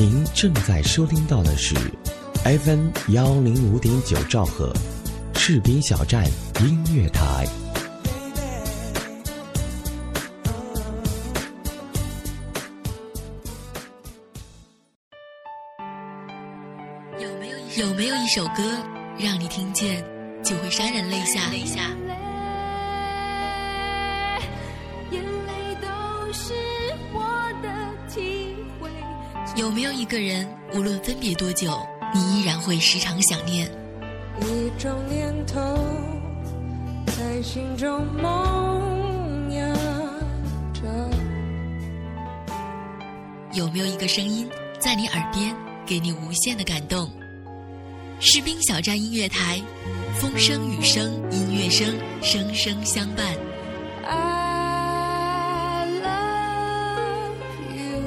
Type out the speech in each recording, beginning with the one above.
您正在收听到的是 FM 105.9兆赫士兵小站音乐台。 有没有一首歌让你听见就会潸然泪下？有没有一个人，无论分别多久，你依然会时常想念？ 一种念头在心中萌芽着。 有没有一个声音在你耳边，给你无限的感动？士兵小站音乐台，风声雨声音乐声，声声相伴。 I love you.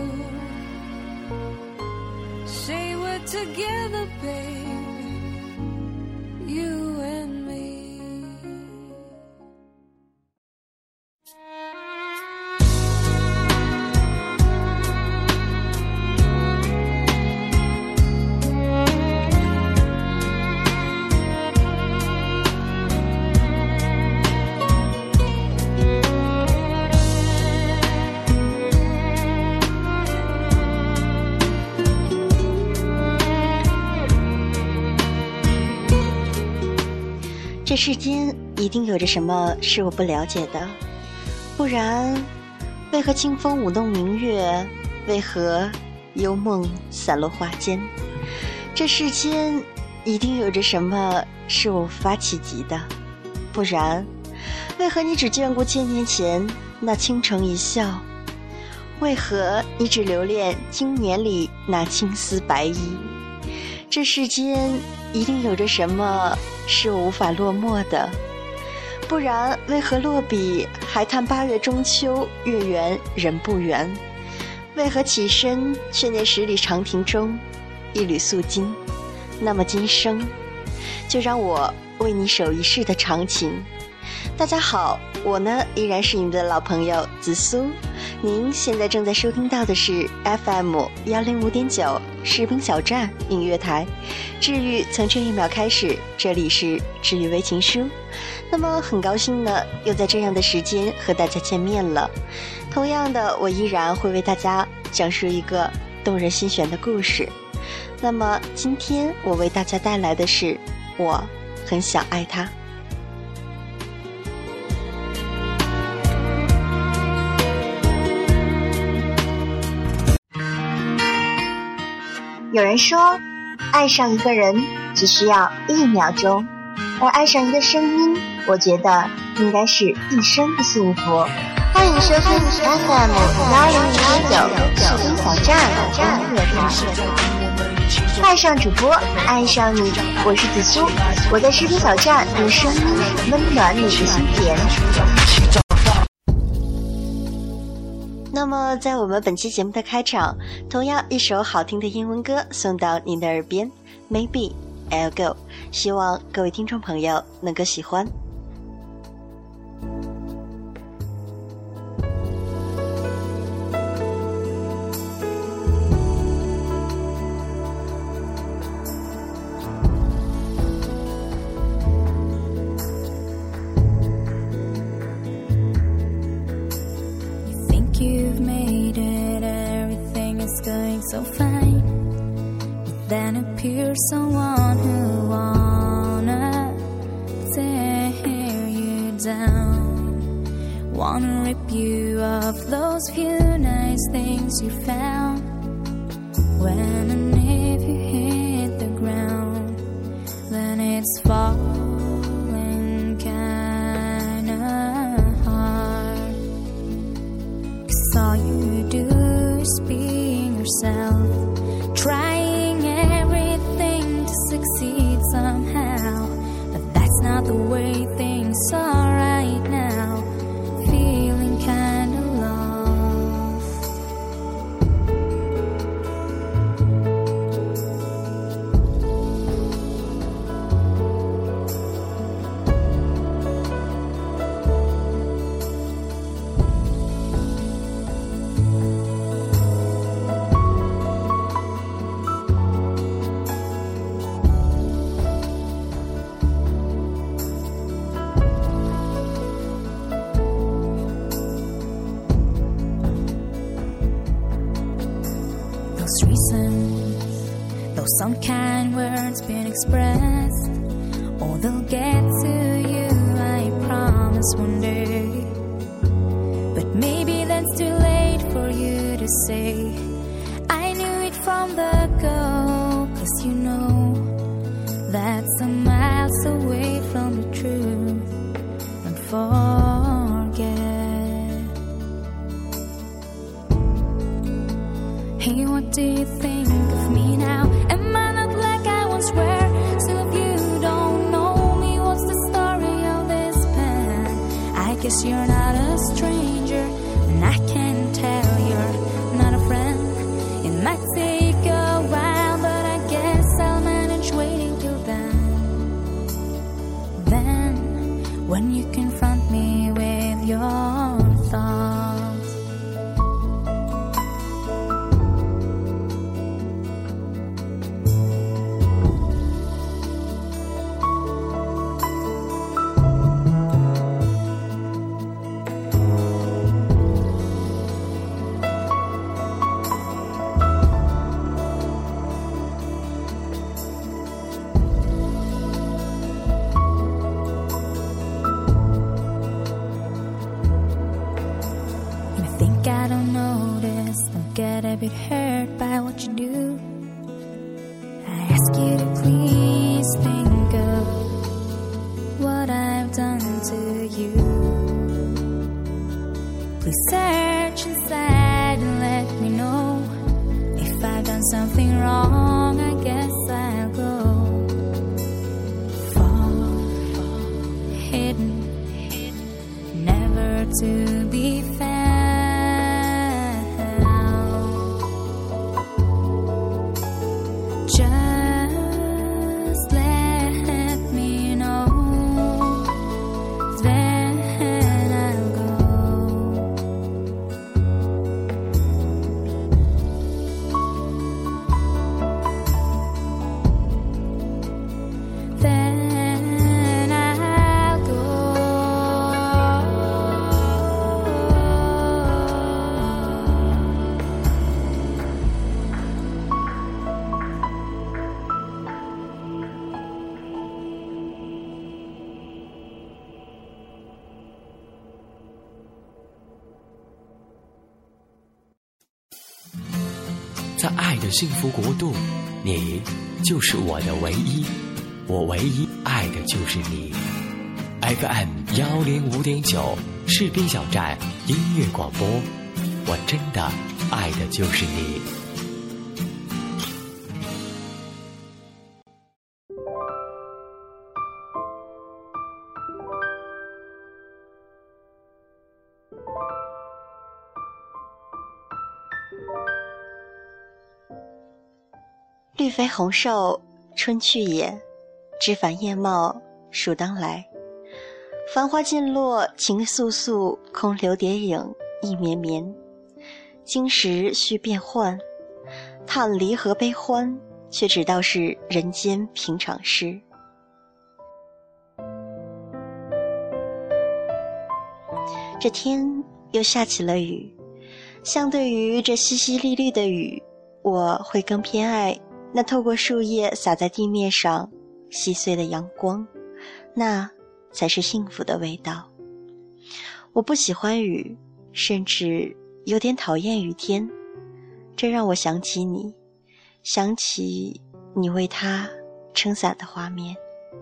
Say we're together, baby. You and me. 这世间一定有着什么是我不了解的，不然为何清风舞动明月，为何幽梦散落花间？这世间一定有着什么是我无法企及的，不然为何你只眷顾千年前那倾城一笑？为何你只留恋今年里那青丝白衣？这世间一定有着什么是我无法落墨的，不然为何落笔还叹8月中秋，月圆人不圆？为何起身却念十里长亭中一缕素巾？那么今生就让我为你守一世的长情。大家好，我呢依然是你们的老朋友紫苏。您现在正在收听到的是 FM 105.9士兵小站音乐台，治愈从这一秒开始，这里是治愈微情书。那么很高兴呢，又在这样的时间和大家见面了。同样的，我依然会为大家讲述一个动人心弦的故事。那么今天我为大家带来的是我很想爱他。 有人说，爱上一个人只需要1秒钟，而爱上一个声音，我觉得应该是一生的幸福。欢迎收听 FM 105.9士兵小站音乐台，爱上主播，爱上你，我是紫苏，我在士兵小站用声音温暖你的心田。 那么在我们本期节目的开场，同样一首好听的英文歌送到您的耳边， Maybe I'll Go， 希望各位听众朋友能够喜欢。 So fine, but then appears someone who wanna tear you down, wanna rip you off those few nice things you found. When and if you hit the ground, then it's falling kinda hard, 'cause all you do is being yourself, trying everything to succeed somehow, but that's not the way things are right now, feeling kinda lost. Though some kind words been expressed, oh, they'll get to you, I promise one day. But maybe that's too late for you to say. I knew it from the go, 'cause you know that's some miles away from the truth. And forget. Hey, what do you think of me now? Am I not like I once were? So if you don't know me, what's the story of this pen? I guess you're not a stranger, and I can tell you're not a friend. It might take a while, but I guess I'll manage waiting till then. Then, when you confront me with your thoughts, I don't notice, don't get a bit hurt by what you do. I ask you to please think of what I've done to you. Please search inside and let me know if I've done something wrong. I guess I'll go far, hidden, never to be found. Just let me know, then I'll go. Then I'll go. 在爱的幸福国度，你就是我的唯一，我唯一爱的就是你。FM 105.9士兵小站音乐广播，我真的爱的就是你。 绿肥红瘦，春去也；枝繁叶茂，暑当来。繁花尽落，情肃肃，空留蝶影，意绵绵。今时须变幻，叹离合悲欢，却只道是人间平常事。这天又下起了雨，相对于这淅淅沥沥的雨，我会更偏爱那透过树叶洒在地面上细碎的阳光，那才是幸福的味道。我不喜欢雨，甚至有点讨厌雨天，这让我想起你，想起你为它撑伞的画面。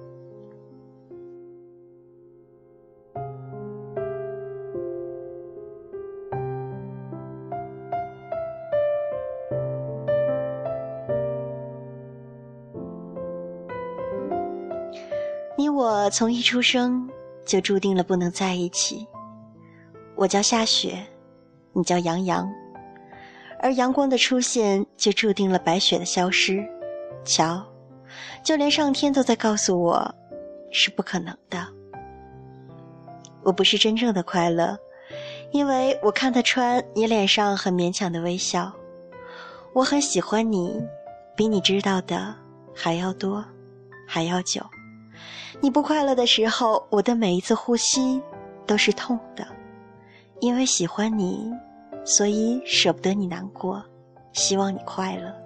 你我从一出生就注定了不能在一起。我叫夏雪，你叫杨洋，而阳光的出现就注定了白雪的消失。瞧，就连上天都在告诉我，是不可能的。我不是真正的快乐，因为我看得穿你脸上很勉强的微笑。我很喜欢你，比你知道的还要多，还要久。你不快乐的时候，我的每一次呼吸都是痛的，因为喜欢你，所以舍不得你难过，希望你快乐。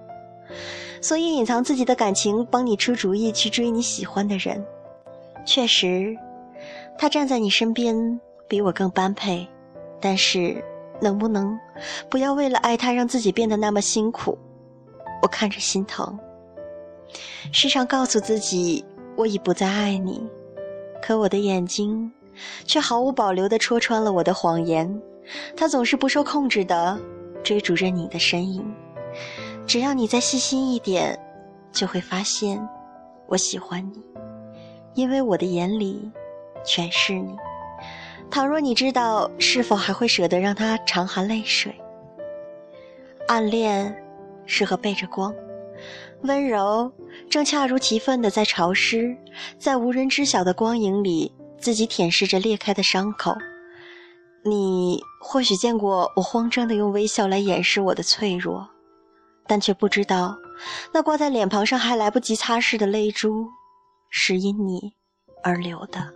所以隐藏自己的感情，帮你出主意去追你喜欢的人。确实，他站在你身边比我更般配，但是能不能不要为了爱他让自己变得那么辛苦？我看着心疼，时常告诉自己我已不再爱你，可我的眼睛却毫无保留地戳穿了我的谎言。它总是不受控制地追逐着你的身影，只要你再细心一点，就会发现我喜欢你，因为我的眼里全是你。倘若你知道，是否还会舍得让它常含泪水？暗恋适合背着光，温柔正恰如其分地在潮湿，在无人知晓的光影里自己舔舐着裂开的伤口。你或许见过我慌张地用微笑来掩饰我的脆弱，但却不知道那挂在脸庞上还来不及擦拭的泪珠是因你而流的。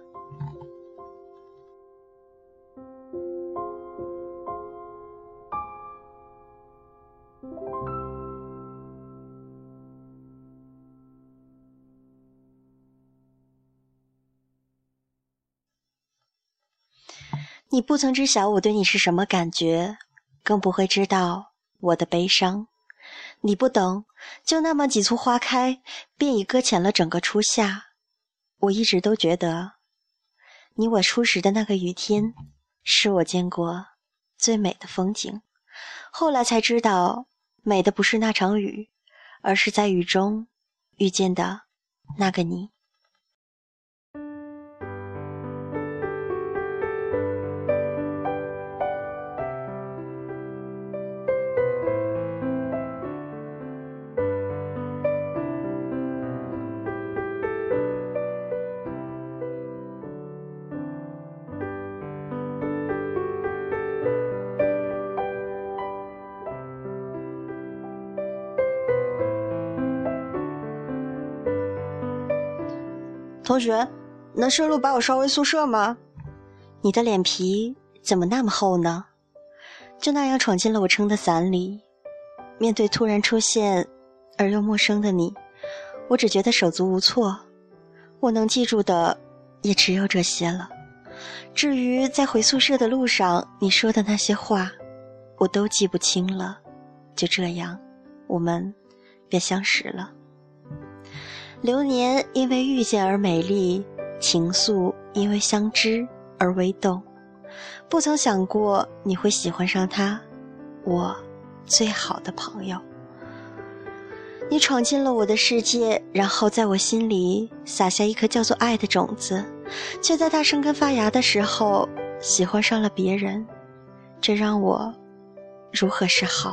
你不曾知晓我对你是什么感觉，更不会知道我的悲伤。你不懂，就那么几簇花开，便已搁浅了整个初夏。我一直都觉得，你我初识的那个雨天，是我见过最美的风景。后来才知道，美的不是那场雨，而是在雨中遇见的那个你。同学，能顺路把我捎回宿舍吗？你的脸皮怎么那么厚呢？就那样闯进了我撑的伞里。面对突然出现而又陌生的你，我只觉得手足无措。我能记住的也只有这些了。至于在回宿舍的路上你说的那些话，我都记不清了。就这样，我们便相识了。流年因为遇见而美丽，情愫因为相知而微动。不曾想过你会喜欢上他，我最好的朋友。你闯进了我的世界，然后在我心里撒下一颗叫做爱的种子，却在它生根发芽的时候喜欢上了别人，这让我如何是好？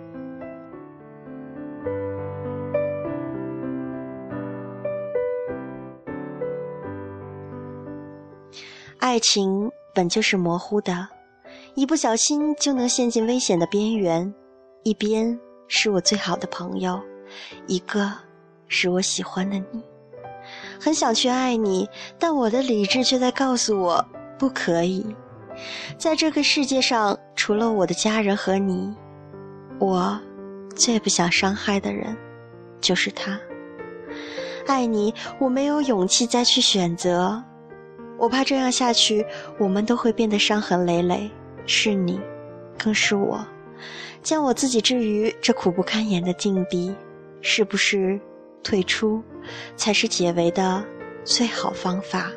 爱情本就是模糊的，一不小心就能陷进危险的边缘。一边是我最好的朋友，一个是我喜欢的你。很想去爱你，但我的理智却在告诉我不可以。在这个世界上，除了我的家人和你，我最不想伤害的人就是他。爱你，我没有勇气再去选择，我怕这样下去我们都会变得伤痕累累，是你更是我，将我自己置于这苦不堪言的境地。是不是退出才是解围的最好方法？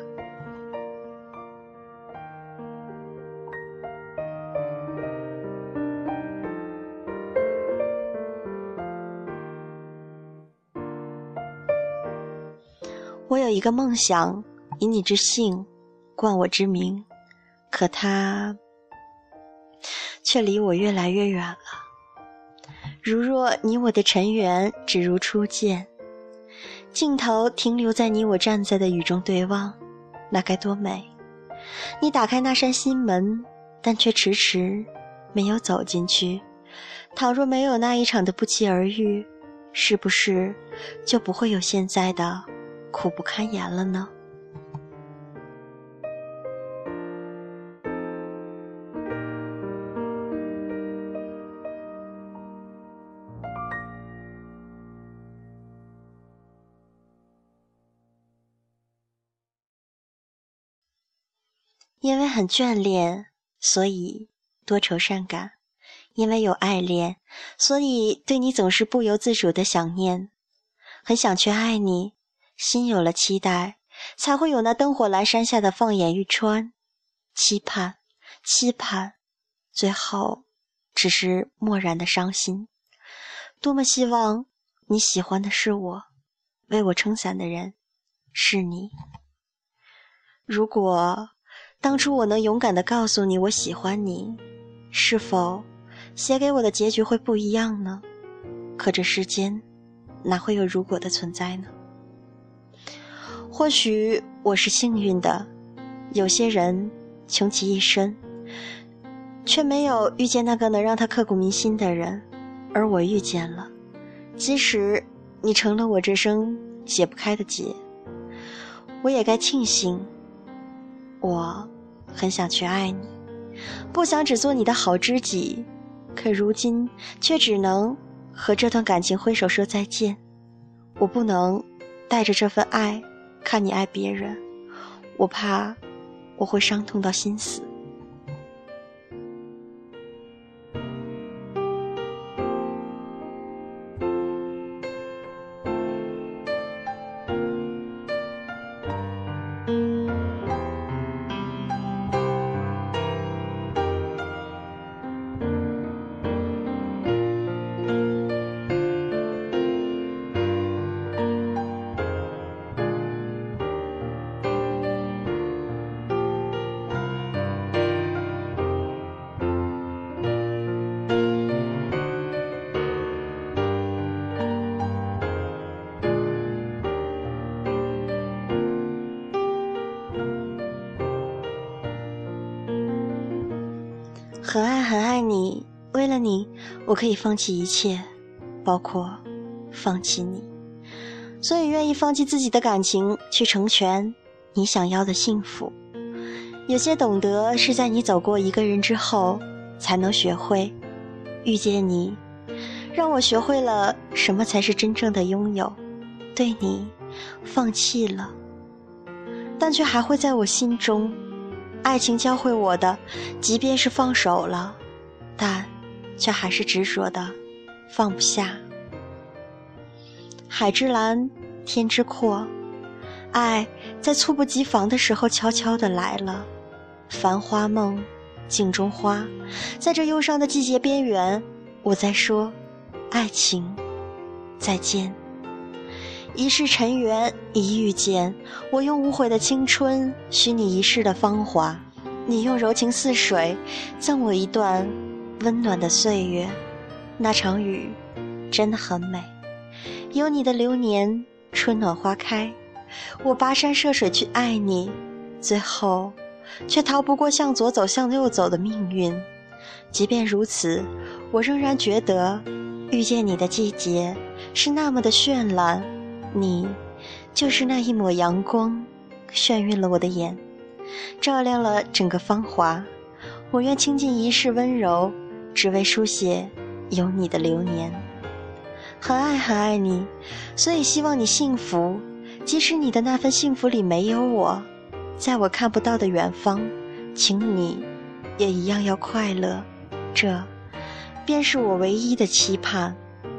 我有一个梦想，以你之姓冠我之名，可它却离我越来越远了。如若你我的尘缘只如初见，镜头停留在你我站在的雨中对望，那该多美。你打开那扇心门，但却迟迟没有走进去。倘若没有那一场的不期而遇，是不是就不会有现在的苦不堪言了呢？ 因为很眷恋，所以多愁善感；因为有爱恋，所以对你总是不由自主的想念。很想去爱你，心有了期待，才会有那灯火阑珊下的放眼欲穿。期盼，期盼，最后只是漠然的伤心。多么希望你喜欢的是我，为我撑伞的人是你。如果当初我能勇敢地告诉你我喜欢你，是否写给我的结局会不一样呢？可这世间哪会有如果的存在呢？或许我是幸运的，有些人穷其一生，却没有遇见那个能让他刻骨铭心的人，而我遇见了。即使你成了我这生解不开的结，我也该庆幸。我很想去爱你，不想只做你的好知己，可如今却只能和这段感情挥手说再见。我不能带着这份爱看你爱别人，我怕我会伤痛到心死。很爱很爱你，为了你，我可以放弃一切，包括放弃你。所以愿意放弃自己的感情，去成全你想要的幸福。有些懂得是在你走过一个人之后才能学会。遇见你，让我学会了什么才是真正的拥有。对你放弃了，但却还会在我心中。爱情教会我的，即便是放手了，但却还是执着的放不下。海之蓝，天之阔，爱在猝不及防的时候悄悄地来了。繁花梦，镜中花，在这忧伤的季节边缘，我在说爱情再见。一世尘缘一遇见，我用无悔的青春许你一世的芳华，你用柔情似水赠我一段温暖的岁月。那场雨真的很美，有你的流年，春暖花开。我跋山涉水去爱你，最后却逃不过向左走向右走的命运。即便如此，我仍然觉得遇见你的季节是那么的绚烂。你就是那一抹阳光，眩晕了我的眼，照亮了整个芳华。我愿倾尽一世温柔，只为书写有你的流年。很爱很爱你，所以希望你幸福。即使你的那份幸福里没有我，在我看不到的远方，请你也一样要快乐。这便是我唯一的期盼。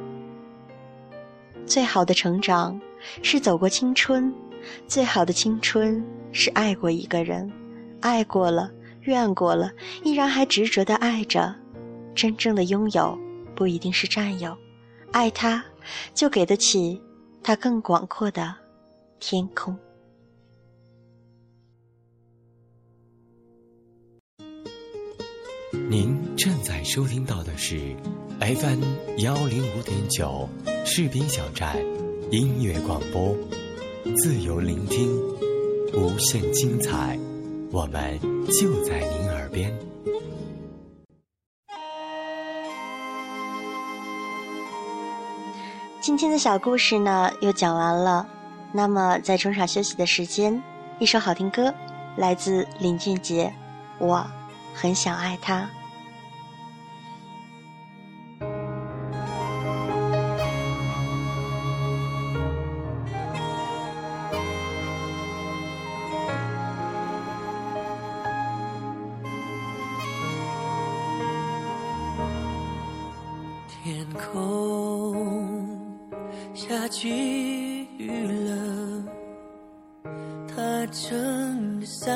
最好的成长是走过青春，最好的青春是爱过一个人，爱过了，怨过了，依然还执着地爱着。真正的拥有不一定是占有，爱他就给得起他更广阔的天空。 您正在收听到的是 FM 105.9士兵小站音乐广播，自由聆听，无限精彩，我们就在您耳边。 今天的小故事呢又讲完了，那么在中场休息的时间，一首好听歌来自林俊杰，我很想爱他。 天空下起雨了，他撑着伞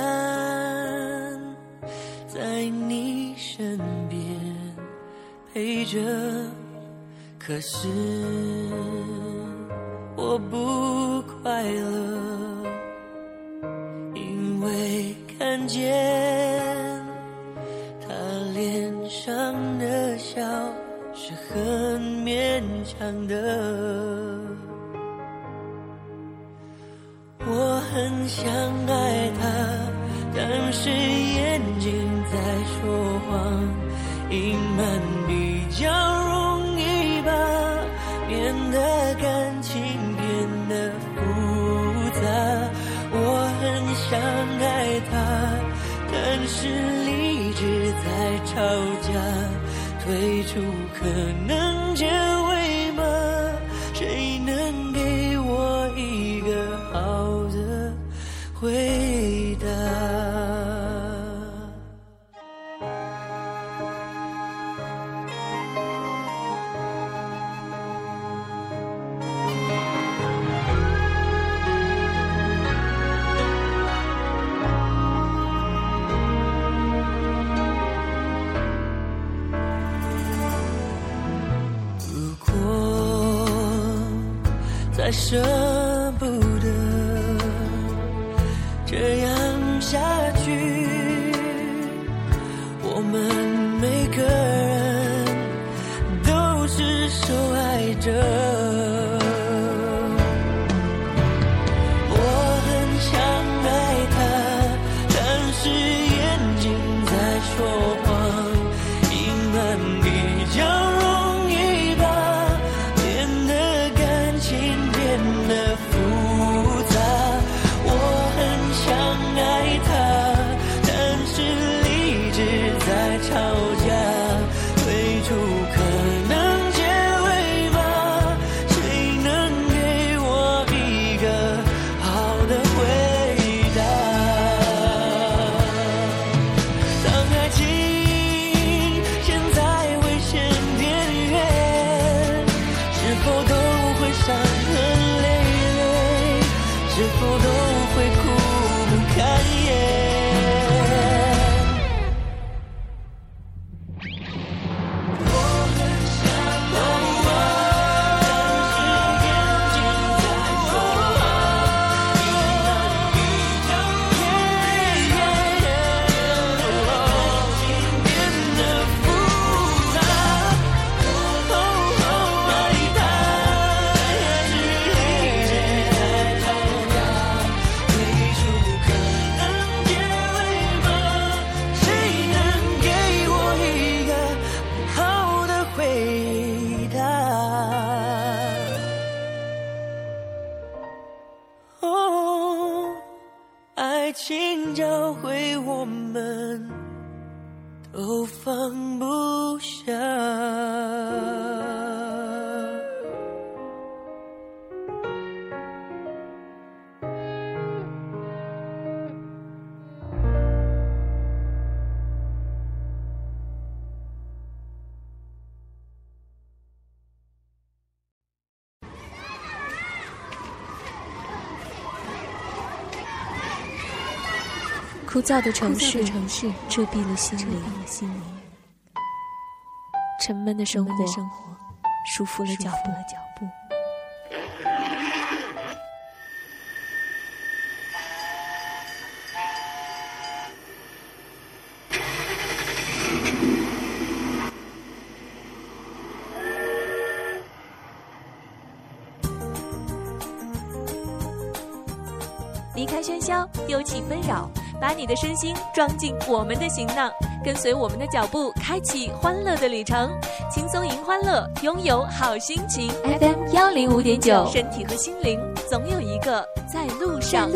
在你身边陪着，可是我不快乐，因为看见他脸上的笑是很勉强的。我很想爱他，但是眼睛在说谎，隐瞒比较容易吧，变得感情变得复杂。我很想爱他，但是理智在吵架，退出可能结尾吗？谁能给我一个好的回答？再舍不得这样下去，我们每个人都是受害者。我很想爱他，但是眼睛在说谎，隐瞒比较容易吧，变得感情变得复杂。我很想爱他，但是理智在吵架，退出可能结尾吗？谁能给我一个好的回答？当爱情现在危险边缘，是否都会伤痕累累？是否都会苦不堪言？我很想爱他，但是眼睛在说谎，隐瞒比较容易，感情变得复杂。爱他，但是理智在吵架，退出可能结尾吗？谁能给我一个好的回答？哦，爱情教会我们都放不下。 枯燥的城市遮蔽了心灵，沉闷的生活束缚了脚步。 离开喧嚣，丢弃纷扰，把你的身心装进我们的行囊，跟随我们的脚步，开启欢乐的旅程。轻松迎欢乐，拥有好心情。FM 105.9，身体和心灵总有一个在路上。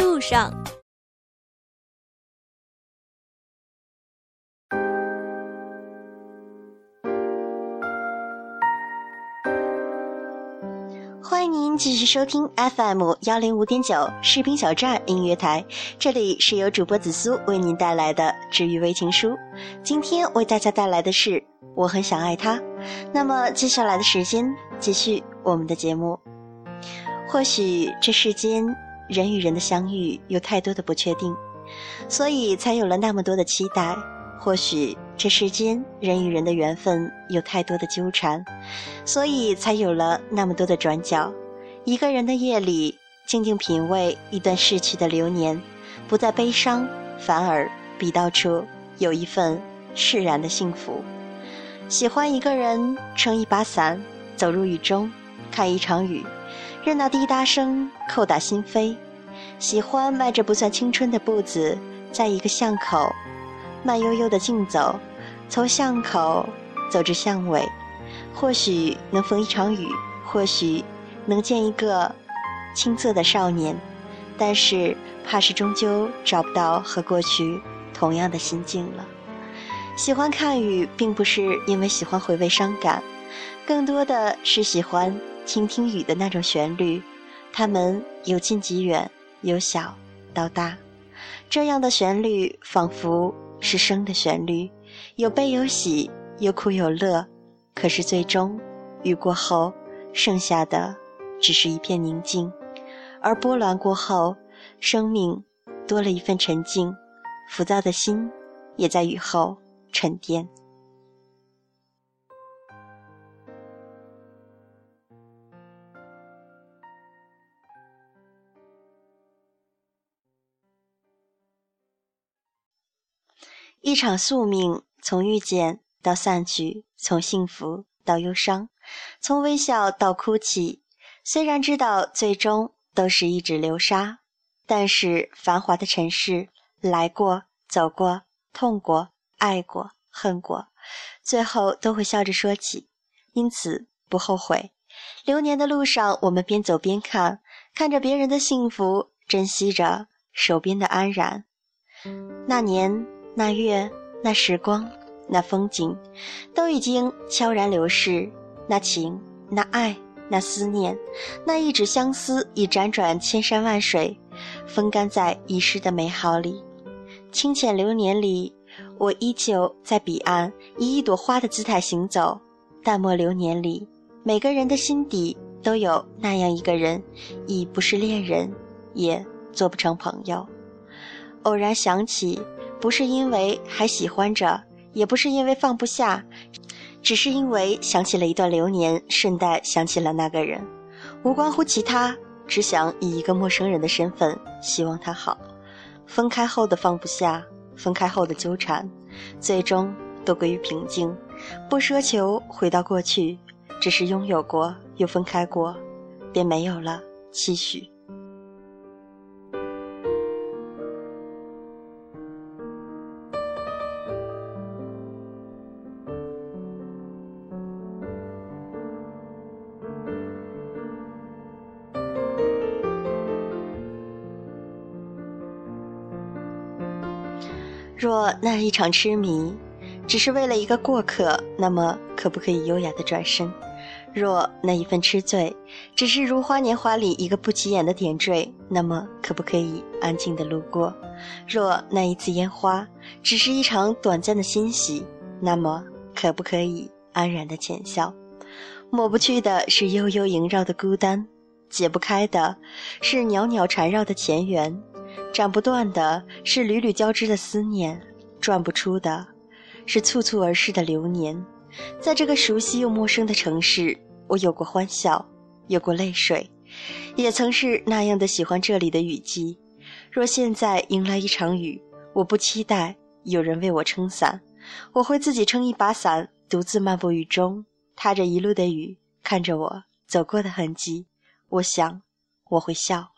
欢迎您继续收听 FM 105.9士兵小站音乐台，这里是由主播紫苏为您带来的治愈微情书。今天为大家带来的是我很想爱他， 那么接下来的时间继续我们的节目。或许这世间人与人的相遇有太多的不确定，所以才有了那么多的期待。或许这世间人与人的缘分有太多的纠缠，所以才有了那么多的转角。一个人的夜里，静静品味一段逝去的流年，不再悲伤，反而比到处有一份释然的幸福。喜欢一个人，撑一把伞，走入雨中，看一场雨，任那滴答声叩打心扉。喜欢迈着不算青春的步子，在一个巷口慢悠悠地竞走，从巷口走至巷尾。或许能逢一场雨，或许能见一个青涩的少年，但是怕是终究找不到和过去同样的心境了。喜欢看雨，并不是因为喜欢回味伤感，更多的是喜欢倾听雨的那种旋律。它们由近及远，由小到大，这样的旋律仿佛是生的旋律，有悲有喜，有苦有乐。可是最终雨过后，剩下的只是一片宁静，而波澜过后，生命多了一份沉静，浮躁的心也在雨后沉淀。一场宿命，从遇见到散去，从幸福到忧伤，从微笑到哭泣。虽然知道最终都是一纸流沙，但是繁华的尘世，来过走过，痛过爱过恨过，最后都会笑着说起，因此不后悔。流年的路上，我们边走边看，看着别人的幸福，珍惜着手边的安然。那年那月那时光那风景，都已经悄然流逝。那情那爱那思念，那一纸相思已辗转千山万水，风干在遗失的美好里。清浅流年里，我依旧在彼岸以一朵花的姿态行走。淡漠流年里，每个人的心底都有那样一个人，已不是恋人，也做不成朋友。偶然想起，不是因为还喜欢着，也不是因为放不下，只是因为想起了一段流年，顺带想起了那个人，无关乎其他，只想以一个陌生人的身份希望他好。分开后的放不下，分开后的纠缠，最终都归于平静。不奢求回到过去，只是拥有过又分开过，便没有了期许。若那一场痴迷只是为了一个过客，那么可不可以优雅地转身？若那一份痴醉只是如花年华里一个不起眼的点缀，那么可不可以安静地路过？若那一次烟花只是一场短暂的欣喜，那么可不可以安然地浅笑？抹不去的是悠悠萦绕的孤单，解不开的是袅袅缠绕的前缘，斩不断的是缕缕交织的思念，转不出的是簇簇而逝的流年。在这个熟悉又陌生的城市，我有过欢笑，有过泪水，也曾是那样的喜欢这里的雨季。若现在迎来一场雨，我不期待有人为我撑伞，我会自己撑一把伞，独自漫步雨中，踏着一路的雨，看着我走过的痕迹，我想我会笑。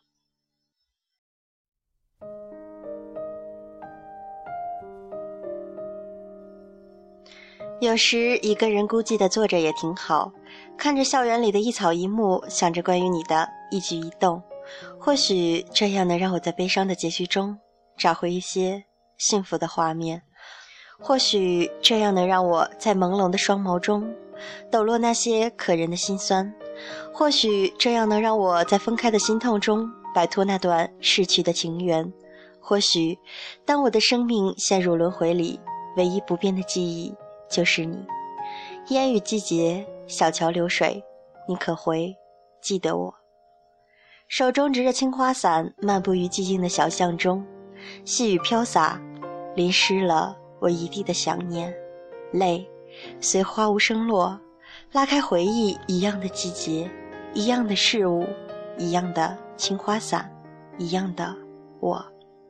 有时一个人孤寂地坐着也挺好，看着校园里的一草一木，想着关于你的一举一动，或许这样能让我在悲伤的结局中找回一些幸福的画面，或许这样能让我在朦胧的双眸中抖落那些可人的心酸，或许这样能让我在分开的心痛中摆脱那段逝去的情缘，或许当我的生命陷入轮回里，唯一不变的记忆就是你。 烟雨季节，小桥流水，你可回记得我。手中执着青花伞，漫步于寂静的小巷中，细雨飘洒，淋湿了我一地的想念。泪随花无声落，拉开回忆，一样的季节，一样的事物，一样的青花伞，一样的我。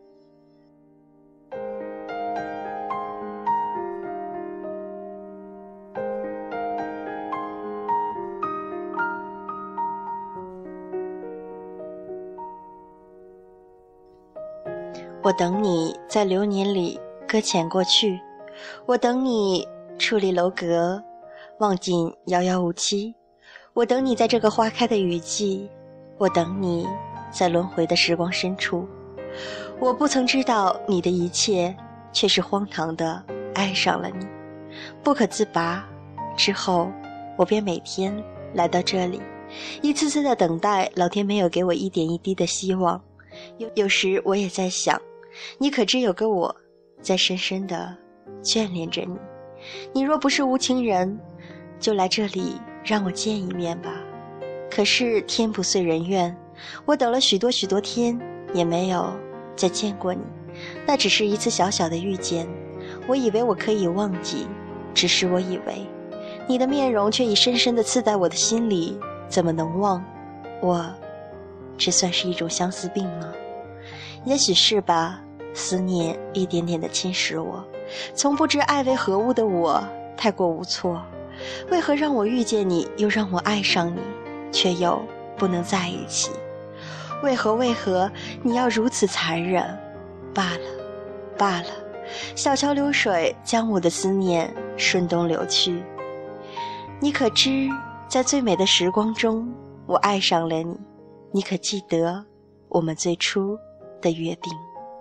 我等你在流年里搁浅过去，我等你矗立楼阁，望尽遥遥无期，我等你在这个花开的雨季，我等你在轮回的时光深处。我不曾知道你的一切，却是荒唐的爱上了你，不可自拔。之后我便每天来到这里，一次次的等待老天没有给我一点一滴的希望。有时我也在想，你可知有个我在深深地眷恋着你，你若不是无情人，就来这里让我见一面吧。可是天不遂人愿，我等了许多许多天，也没有再见过你。那只是一次小小的遇见，我以为我可以忘记，只是我以为你的面容却已深深地刺在我的心里，怎么能忘？这算是一种相思病吗？也许是吧，思念一点点地侵蚀我，从不知爱为何物的我太过无措。为何让我遇见你，又让我爱上你，却又不能在一起？为何你要如此残忍？罢了，小桥流水将我的思念顺东流去。你可知在最美的时光中，我爱上了你，你可记得我们最初的约定？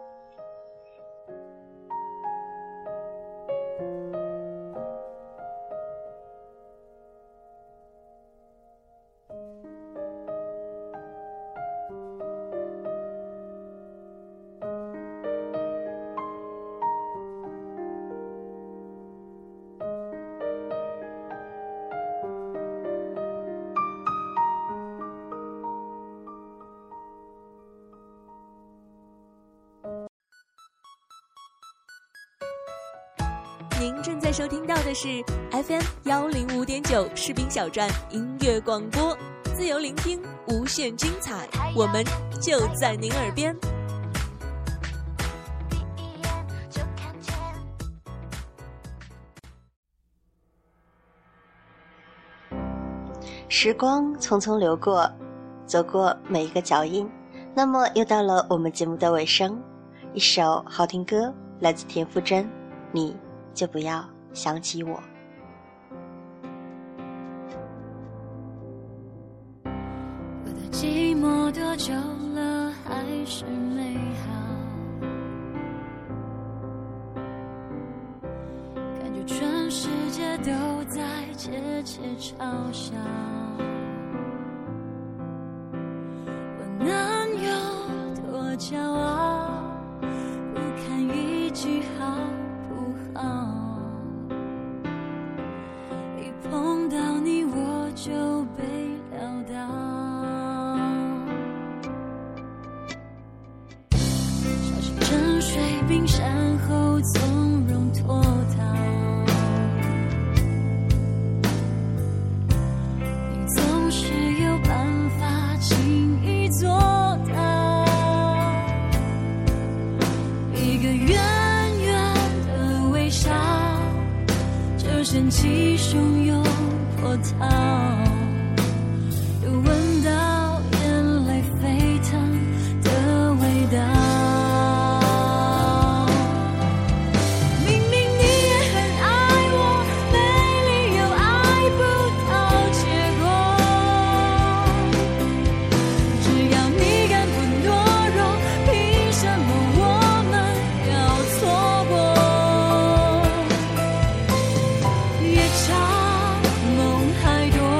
您正在收听到的是 FM105.9 士兵小站音乐广播，自由聆听，无限精彩，我们就在您耳边。 时光匆匆流过，走过每一个脚印，那么又到了我们节目的尾声。一首好听歌来自田馥甄，你就不要想起我。 我的寂寞多久了还是美好，感觉全世界都在窃窃嘲笑，我能有多骄傲，不堪一击好不好，一碰到你我就被撂倒，小心沉睡冰山后从容脱逃，你总是有办法轻易做到，一个圆圆的微笑就掀起汹涌波涛，又闻到眼泪沸腾的味道，明明你也很爱我，没理由爱不到结果，只要你敢不懦弱，凭什么我们要错过？夜长梦还多，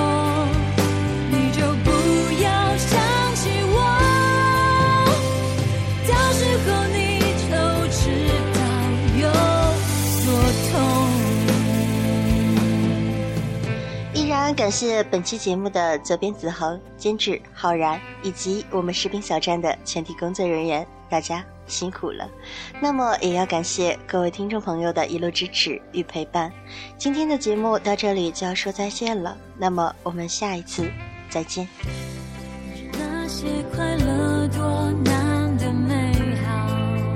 常感谢本期节目的责编子恒、监制浩然以及我们士兵小站的全体工作人员，大家辛苦了。那么也要感谢各位听众朋友的一路支持与陪伴。今天的节目到这里就要说再见了，那么我们下一次再见。 那些快乐多难的美好，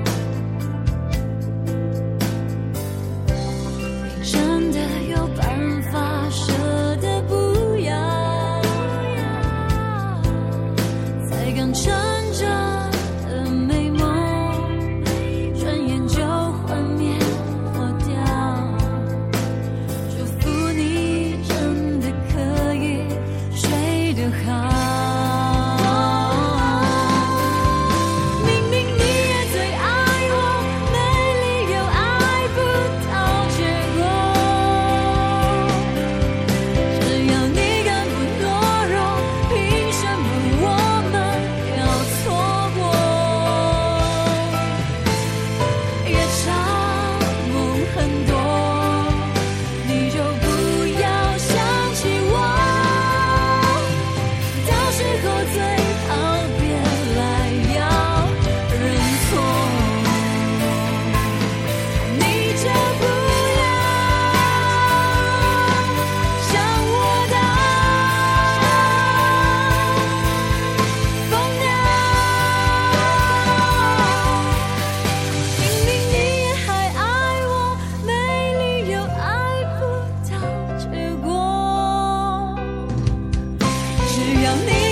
你真的有办法舍得不要，才刚撑着的美梦，转眼就幻灭破掉。祝福你真的可以睡得好。只要你